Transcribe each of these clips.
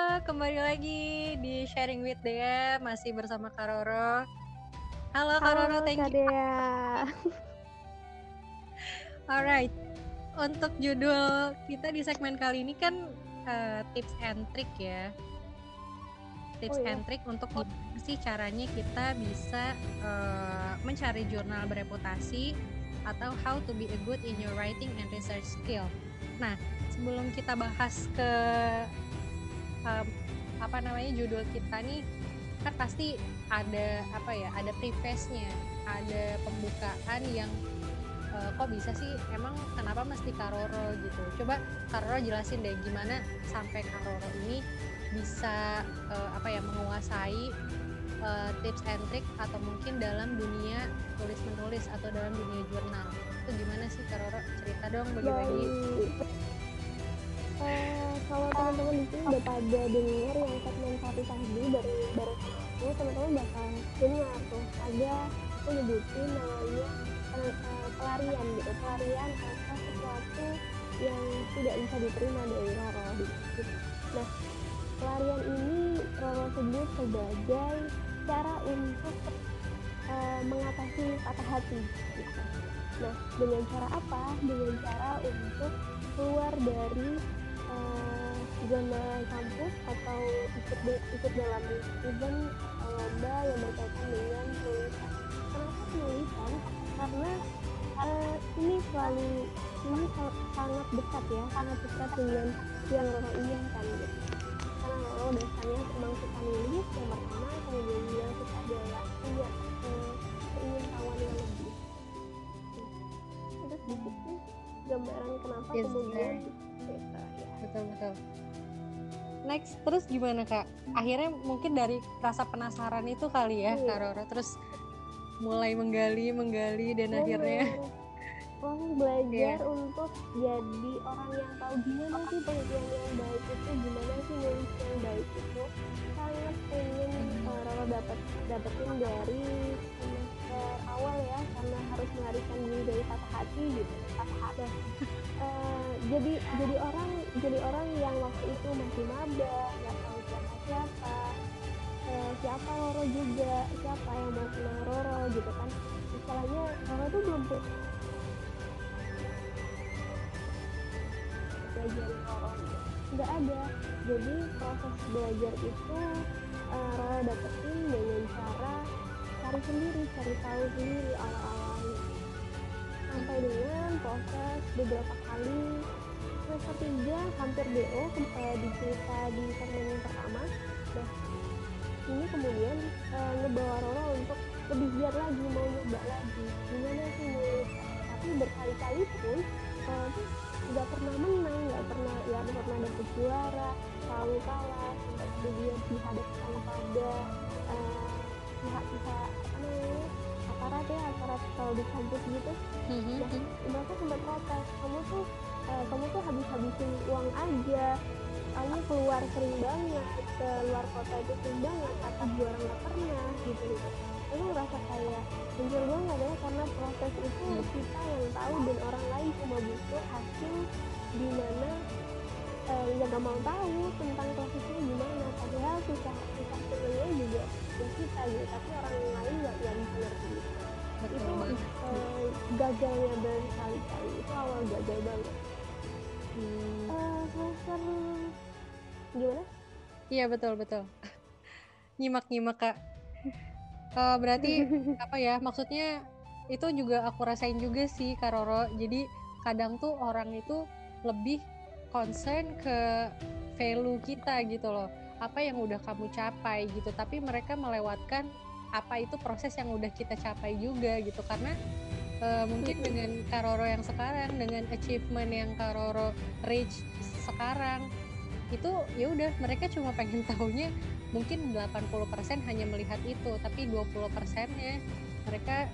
kembali lagi di Sharing with Dea, masih bersama Kak Roro. Halo Kak Halo Roro, thank Kak you. Dea. Alright, untuk judul kita di segmen kali ini kan tips and trick ya. Oh Tips iya, and trick untuk gimana sih caranya kita bisa mencari jurnal bereputasi atau how to be a good in your writing and research skill. Nah, sebelum kita bahas ke judul kita nih, kan pasti ada ada preface-nya, ada pembukaan yang kok bisa sih, emang kenapa mesti Karoro gitu. Coba Karoro jelasin deh gimana sampai Karoro ini bisa menguasai tips and trick atau mungkin dalam dunia tulis menulis atau dalam dunia jurnal. Itu gimana sih Karoro? Cerita dong, bagi-bagi. baik. Kalau teman-teman di sini udah pada dengar yang segmen satu tadi dari barusan aku, teman-teman bakal dengar tuh ada aku nyebutin namanya pelarian gitu, pelarian atau sesuatu yang tidak bisa diterima dari Roro gitu. Nah, pelarian ini Roro sebut sebagai cara untuk mengatasi patah hati gitu. Nah, dengan cara apa? Dengan cara untuk keluar dari zona kampus atau ikut dalam event atau lomba yang berkaitan dengan penulisan. Kenapa penulisan? Karena ini selalu sangat dekat ya, sangat dekat dengan yang Roro inginkan gitu. Karena Roro dasarnya memang suka nulis yang pertama, kemudian yang suka adalah punya keingintahuan yang lebih. Itu sedikit sih gambaran kenapa Yes, kemudian right. gitu ya. Betul. Next, terus gimana Kak? Akhirnya mungkin dari rasa penasaran itu kali ya Kak Iya, Roro, terus mulai menggali dan akhirnya benar. Proses belajar ya. untuk jadi orang yang tahu gimana sih penelitian yang baik itu, gimana sih nulis yang baik itu, sangat pengen Roro dapetin dari semester awal ya, karena harus melarikan diri dari patah hati gitu. Nah, jadi orang yang waktu itu masih maba, nggak tahu siapa siapa Roro juga, siapa yang mau kenal Roro gitu kan. Istilahnya Roro tuh belum belajar Roro gitu, nggak ada. Jadi proses belajar itu Roro dapetin dengan cara cari sendiri, cari tahu sendiri awal-awalnya, sampai dengan proses beberapa kali semester 3 hampir DO di cerita di segmen pertama. Nah, ini kemudian ngebawa Roro untuk lebih giat lagi, mau nyoba lagi gimana sih nulis, tapi berkali-kali pun tuh nggak pernah menang, nggak pernah dapet juara, selalu kalah, sampai kemudian dihadapkan pada pihak-pihak apa namanya, aparat kalau di kampus gitu. Nah, mereka sempat protes, kamu tuh habis-habisin uang aja, kamu keluar sering banget, ke luar kota itu sering banget, atau juara nggak pernah gitu. Aku ngerasa kayak hancur banget ya, karena proses itu kita yang tahu dan orang lain cuma butuh hasil, dimana nggak mau tahu tentang prosesnya gimana, padahal susah senengnya juga ya kita gitu, tapi orang lain nggak bisa ngerti gitu. Betul Itu banget. gagalnya berkali-kali, itu awal gagal banget. Semester gimana? Iya, betul. Nyimak Kak. Berarti maksudnya itu juga aku rasain juga sih Kak Roro. Jadi kadang tuh orang itu lebih concern ke value kita gitu loh, apa yang udah kamu capai gitu, tapi mereka melewatkan apa itu proses yang udah kita capai juga gitu. Karena mungkin dengan Kak Roro yang sekarang, dengan achievement yang Kak Roro reach sekarang, itu ya udah mereka cuma pengen tahunya mungkin 80% hanya melihat itu, tapi 20%-nya mereka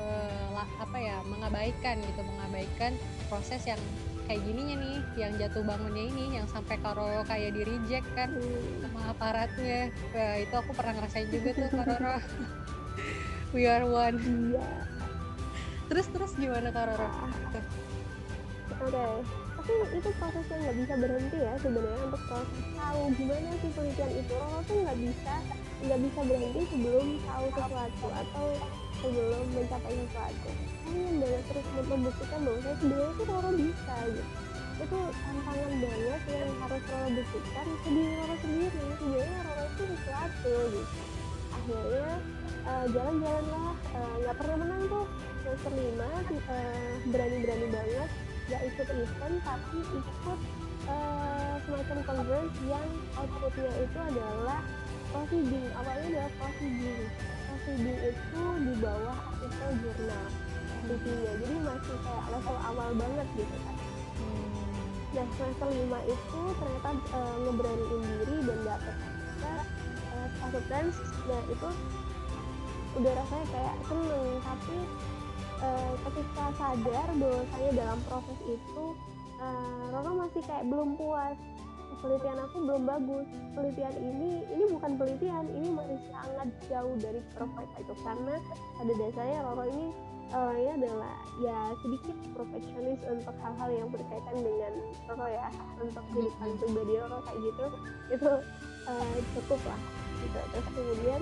mengabaikan proses yang kayak gininya nih, yang jatuh bangunnya ini, yang sampai Karoro kayak di reject kan sama aparatnya. Wah, itu aku pernah ngerasain juga tuh Karoro. We are one. Iya. Terus gimana Karoro? Oke, tapi itu proses yang nggak bisa berhenti ya sebenarnya untuk proses tahu gimana sih penelitian itu. Roro tuh nggak bisa berhenti sebelum tahu sesuatu atau sebelum mencapai sesuatu. Saya ingin banget terus membuktikan bahwa saya sebenarnya tuh Roro bisa gitu. Itu tantangan banget yang harus Roro buktikan ke diri Roro sendiri. Sebenarnya Roro itu sesuatu gitu. Akhirnya jalan-jalan lah, nggak pernah menang tuh semester 5, berani-berani banget nggak ikut event tapi ikut semacam conference yang outputnya itu adalah proceeding. Awalnya adalah proceeding itu di bawah artikel jurnal intinya, jadi masih kayak level awal banget gitu kan. Nah semester 5 itu ternyata ngeberaniin diri dan dapet acceptance. Nah itu udah rasanya kayak seneng, tapi ketika sadar bahwasanya dalam proses itu Roro masih kayak belum puas, penelitian aku belum bagus, penelitian ini bukan penelitian, ini masih sangat jauh dari perfect itu, karena pada dasarnya Roro ini ya adalah ya sedikit perfeksionis untuk hal-hal yang berkaitan dengan Roro ya, untuk kehidupan pribadi Roro kayak gitu itu cukup lah gitu. Terus kemudian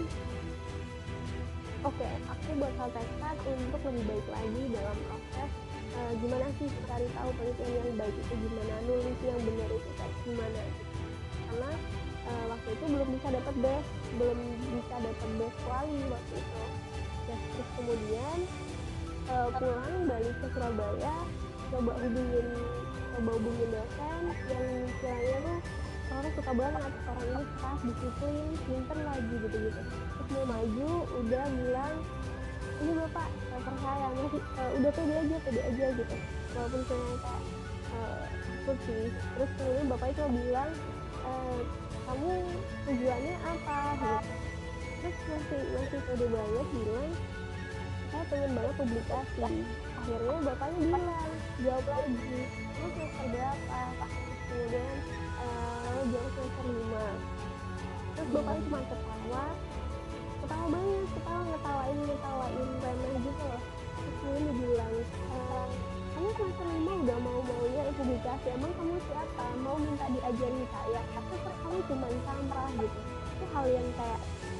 oke, aku bakal tekad untuk lebih baik lagi dalam proses gimana sih cari tahu penelitian yang baik itu gimana, nulis yang benar itu kayak gimana gitu. Karena waktu itu belum bisa dapat best kuali waktu itu. Terus kemudian pulang balik ke Surabaya, coba hubungin dosen yang kiranya tuh orang suka banget, orang ini keras, disiplin, pinter lagi gitu-gitu. Terus mau maju, udah bilang, ini bapak, saya percaya, masih udah pede aja gitu. Walaupun ternyata takut sih. Terus kemudian bapaknya cuma bilang, kamu tujuannya apa? Gitu. Terus masih pede banget bilang, saya pengen banget publikasi. Akhirnya bapaknya bilang, jawab lagi, kamu semester berapa? Kemudian lalu jawab semester 5. Terus bapaknya cuma ketawa banget, ngetawain remeh gitu loh. Terus kemudian dia bilang, kamu semester 5 udah maunya publikasi, emang kamu siapa? Mau minta diajarin saya? Tapi kok kamu cuma samrah gitu. Itu hal yang kayak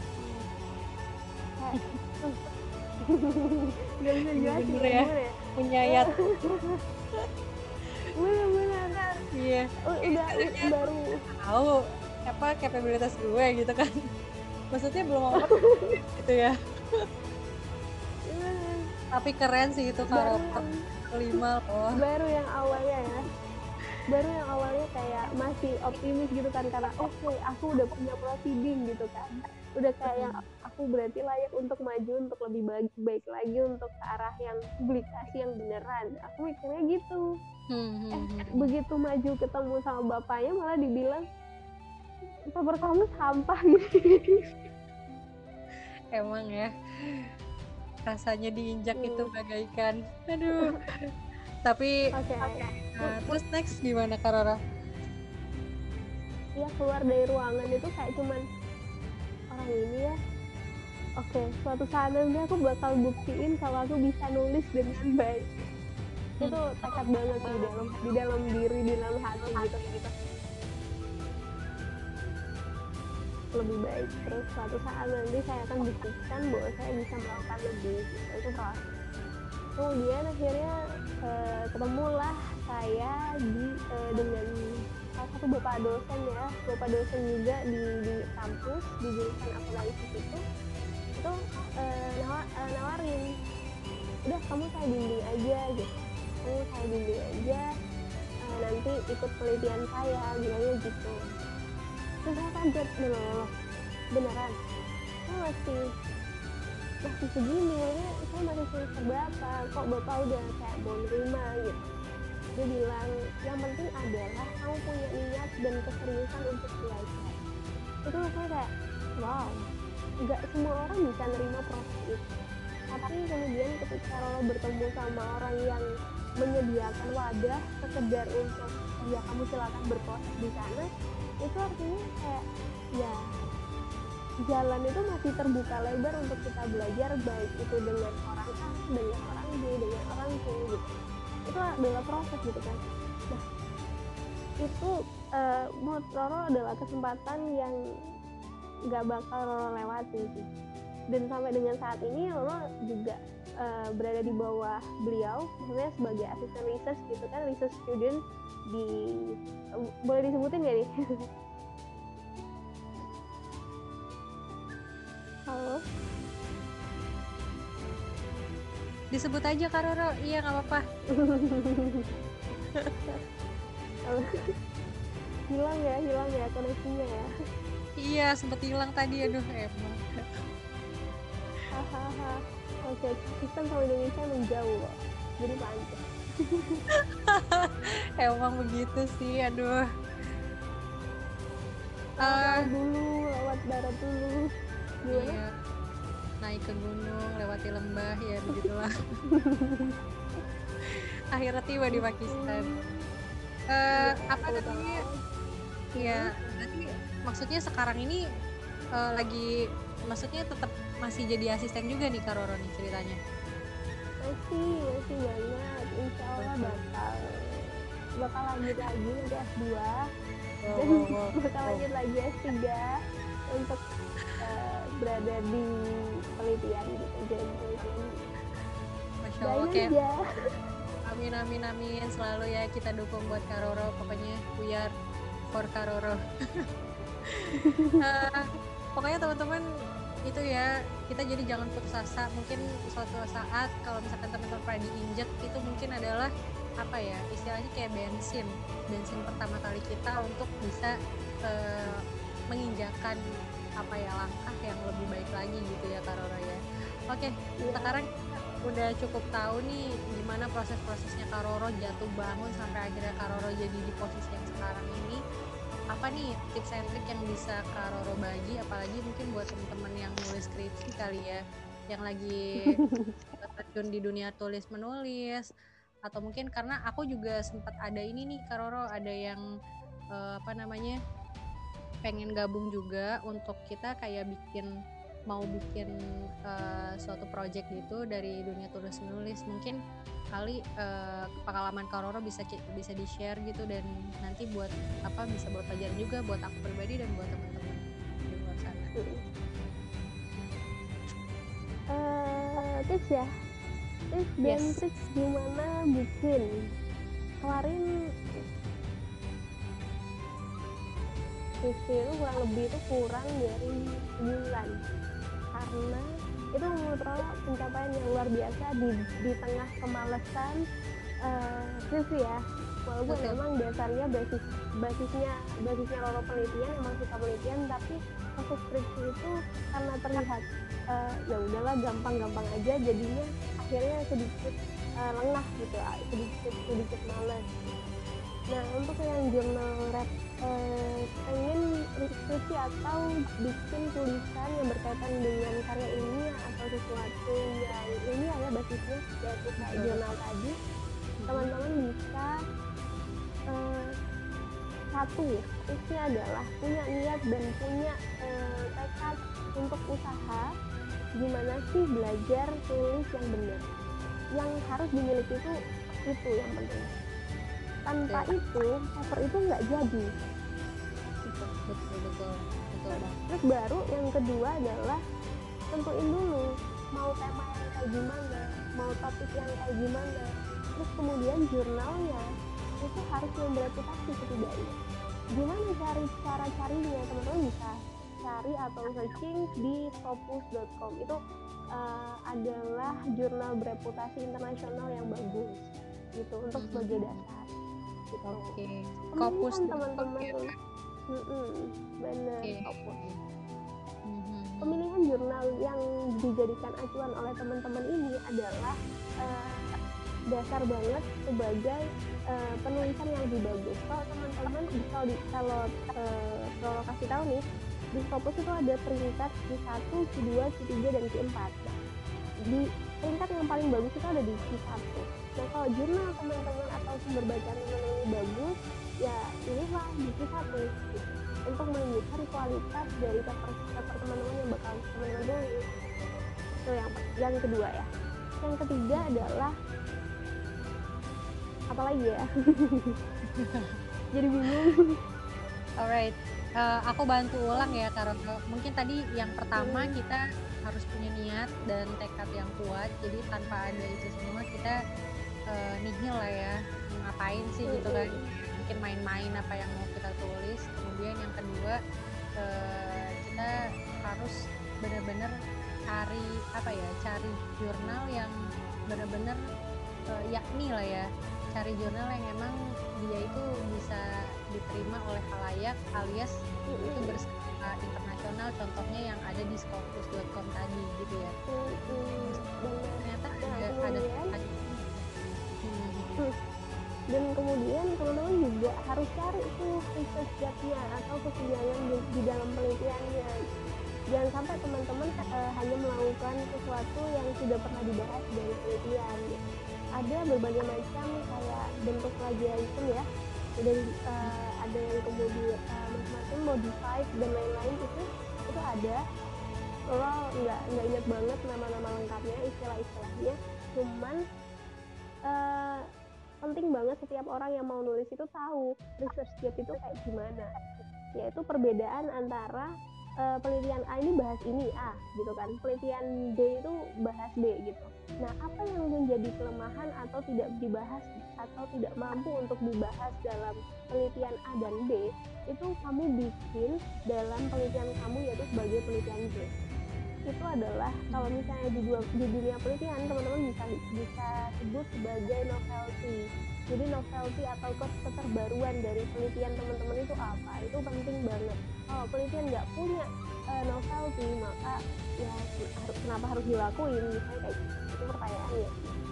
gak bisa jelasin ya, menyayat. bener Iya, udah baru tahu apa kapabilitas gue gitu kan. Maksudnya belum apa gitu ya. Tapi keren sih itu kalau kelima loh. Baru yang awalnya kayak masih optimis gitu kan, karena oke, aku udah punya proceeding gitu kan, udah kayak aku berarti layak untuk maju untuk lebih baik lagi untuk ke arah yang publikasi yang beneran, aku mikirnya gitu. Begitu maju ketemu sama bapaknya malah dibilang paper kamu sampah gitu. Emang ya, rasanya diinjak itu bagaikan, aduh. Tapi terus next gimana Kak Rora? Ya keluar dari ruangan itu kayak cuman orang ini ya, oke, suatu saat nanti aku bakal buktiin kalau aku bisa nulis dengan baik. Itu tekad banget di dalam diri, di dalam hati gitu. Lebih baik, terus suatu saat nanti saya akan buktikan bahwa saya bisa melakukan lebih gitu. Itu proses. Kemudian akhirnya ketemulah saya dengan salah satu bapak dosen juga di kampus di jurusan analisis itu nawarin, udah kamu saya bimbing aja gitu, nanti ikut penelitian saya, bilangnya gitu. Terus saya kaget, beneran saya masih segini, saya masih semester berapa kok bapak udah kayak mau nerima gitu. Dia bilang yang penting adalah kamu punya niat dan keseriusan untuk belajar. Itu saya kayak wow, nggak semua orang bisa nerima proses itu. Tapi kemudian ketika Roro bertemu sama orang yang menyediakan wadah sekedar untuk ya kamu silakan berproses di sana, itu artinya kayak ya jalan itu masih terbuka lebar untuk kita belajar, baik itu dengan orang A, dengan orang B, dengan orang C gitu. Itu adalah proses gitu kan. Nah itu menurut Roro adalah kesempatan yang nggak bakal Roro lewati sih. Dan sampai dengan saat ini Roro juga berada di bawah beliau, maksudnya sebagai asisten research gitu kan, research student di boleh disebutin nggak nih? Halo, Disebut aja Kak Roro, iya nggak apa-apa. hilang ya koneksinya ya. Iya, sempet hilang tadi, aduh emang. Hahaha. Oke, sistem sama Indonesia menjauh loh, jadi panjang. Emang begitu sih, aduh. Lewat laut dulu, lewat darat dulu, gimana? Iya, naik ke gunung, lewati lembah, ya begitulah. Akhirnya tiba di Pakistan. Apa namanya? Ya, berarti maksudnya sekarang ini lagi, maksudnya tetap masih jadi asisten juga nih Kak Roro nih ceritanya. Masih banget, insya Allah bakal lanjut lagi nanti S2 dan bakal lanjut lagi S3 untuk berada di penelitian gitu, jadi penelitian. Masya Allah, oke. Amin selalu ya, kita dukung buat Kak Roro, pokoknya we are for Kak Roro. Pokoknya teman-teman itu ya, kita jadi jangan putus asa. Mungkin suatu saat kalau misalkan teman-teman pernah diinjek, itu mungkin adalah apa ya, istilahnya kayak bensin pertama kali kita untuk bisa menginjakan apa ya, langkah yang lebih baik lagi gitu ya Kak Roro ya. Oke, sekarang udah cukup tahu nih gimana proses-prosesnya Kak Roro jatuh bangun sampai akhirnya Kak Roro jadi di posisi yang sekarang ini. Apa nih tips and trick yang bisa Kak Roro bagi, apalagi mungkin buat teman-teman yang nulis skripsi kali ya, yang lagi terjun di dunia tulis menulis, atau mungkin karena aku juga sempat ada ini nih Kak Roro, ada yang apa namanya, pengen gabung juga untuk kita kayak mau bikin suatu project gitu dari dunia tulis menulis. Mungkin kali pengalaman Kak Roro bisa di share gitu, dan nanti buat apa, bisa buat pelajaran juga buat aku pribadi dan buat teman-teman di luar sana. Tips ya, tips dan trik gimana bikin. Kemarin skripsi itu kurang lebih dari sebulan, karena itu menurut Roro pencapaian yang luar biasa di tengah kemalasan skripsi ya. Walaupun memang dasarnya basisnya Roro penelitian, emang suka penelitian, tapi proses skripsi itu karena terlihat ya udahlah gampang aja, jadinya akhirnya sedikit lengah gitu, sedikit malas. Nah, untuk yang jurnal rap pengen skripsi atau bikin tulisan yang berkaitan dengan karya ilmiah atau sesuatu yang ilmiah ya basisnya, yaitu kayak jurnal tadi, teman-teman bisa satu, tipsnya adalah punya niat dan punya tekad untuk usaha. Gimana sih belajar tulis yang benar, yang harus dimiliki itu yang penting. Tanpa itu paper itu nggak jadi. Betul. Terus baru yang kedua adalah tentuin dulu mau tema yang kayak gimana, mau topik yang kayak gimana. Terus kemudian jurnalnya itu harus yang bereputasi setidaknya. Gimana cara carinya? Teman-teman bisa cari atau searching di scopus.com. Itu adalah jurnal bereputasi internasional yang bagus gitu, untuk sebagai dasar gitu. Scopus teman-teman. Benar, Scopus. Pemilihan jurnal yang dijadikan acuan oleh teman-teman ini adalah dasar banget sebagai penulisan yang lebih bagus. Kalau teman-teman kalau kasih tahu nih, di Scopus itu ada peringkat Q1, Q2, Q3, dan Q4. Di peringkat yang paling bagus itu ada di Q1. Nah, kalau jurnal teman-teman atau sumber bacaan teman-teman ini bagus, ya pilihlah di Q1 untuk menunjukkan kualitas dari paper teman-teman yang bakal teman-teman tulis. Itu yang kedua ya. Yang ketiga adalah apa lagi ya? jadi bingung. Alright, aku bantu ulang ya Kak Roro. Mungkin tadi yang pertama Hmm, kita harus punya niat dan tekad yang kuat. Jadi tanpa ada itu semua kita nihil lah ya. Ngapain sih gitu kan? hmm, Mungkin main-main apa yang mau kita tulis. Kemudian yang kedua kita harus benar-benar cari apa ya? Cari jurnal yang benar-benar yakni lah ya. Cari jurnal yang emang dia itu bisa diterima oleh khalayak alias itu hmm, berskala internasional, contohnya yang ada di scopus.com tadi gitu ya. benar. Ternyata Nah ada kemudian, hmm, hmm, dan kemudian teman-teman juga harus cari tuh research gap-nya atau kesenjangan di dalam penelitiannya. Jangan sampai teman-teman hanya melakukan sesuatu yang sudah pernah dibahas dari penelitian. Ada berbagai macam kayak bentuk plagiarisme ya, dan ada yang kemudian macam-macam modified dan lain-lain itu ada. Lo nggak ingat banget nama-nama lengkapnya, istilah-istilahnya, cuman eh, penting banget setiap orang yang mau nulis itu tahu research gap itu kayak gimana, yaitu perbedaan antara penelitian A ini bahas ini A gitu kan, penelitian B itu bahas B gitu. Nah, apa yang menjadi kelemahan atau tidak dibahas atau tidak mampu untuk dibahas dalam penelitian A dan B itu kamu bikin dalam penelitian kamu, yaitu sebagai penelitian B. Itu adalah kalau misalnya di dunia penelitian teman-teman bisa sebut sebagai novelty. Jadi novelty atau keterbaruan dari penelitian teman-teman itu apa? Itu penting banget. Kalau penelitian nggak punya novelty, maka ya kenapa harus dilakuin? Misalnya kayak gitu. Itu pertanyaannya.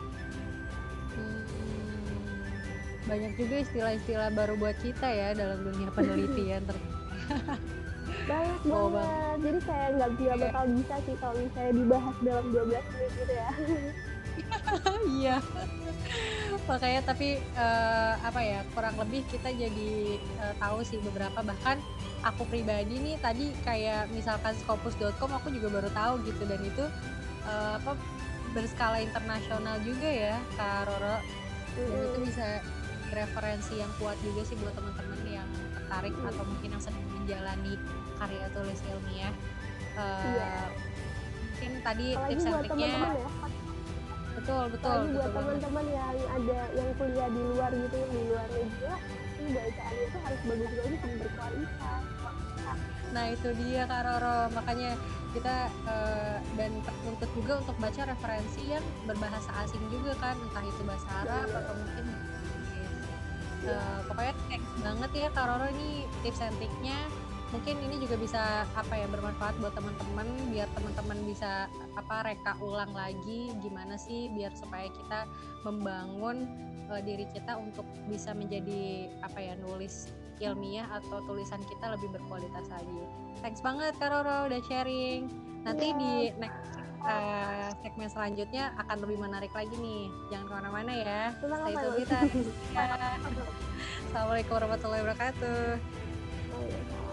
banyak juga istilah-istilah baru buat kita ya dalam dunia penelitian. Banyak Wow bang. banget. Jadi kayak nggak bakal bisa sih kalau misalnya dibahas dalam 12 menit gitu ya. Iya. Makanya tapi apa ya, kurang lebih kita jadi tahu sih beberapa, bahkan aku pribadi nih tadi kayak misalkan scopus.com aku juga baru tahu gitu, dan itu apa berskala internasional juga ya Kak Roro, dan itu bisa referensi yang kuat juga sih buat teman-teman yang tertarik atau mungkin yang sedang menjalani karya tulis ilmiah. Iya. Mungkin tadi Apalagi tips and buat triknya teman-teman ya. betul betul Apalagi buat betul banget. teman-teman yang ada yang kuliah di luar gitu, yang di luar negeri lah, ini bacaannya itu harus bagus-bagus dan berkualitas. Nah itu dia Kak Roro, makanya kita dan tertuntut juga untuk baca referensi yang berbahasa asing juga kan, entah itu bahasa Arab atau mungkin Inggris. Pokoknya thanks banget ya Kak Roro, ini tips and triknya. Mungkin ini juga bisa apa ya, bermanfaat buat teman-teman, biar teman-teman bisa apa reka ulang lagi gimana sih biar supaya kita membangun diri kita untuk bisa menjadi apa ya, nulis ilmiah atau tulisan kita lebih berkualitas lagi. Thanks banget Kak Roro udah sharing. Nanti di Iya, next segmen selanjutnya akan lebih menarik lagi nih. Jangan kemana-mana ya. tentang Stay apa tune emang? kita. Ya. Assalamualaikum warahmatullahi wabarakatuh. Oh, iya.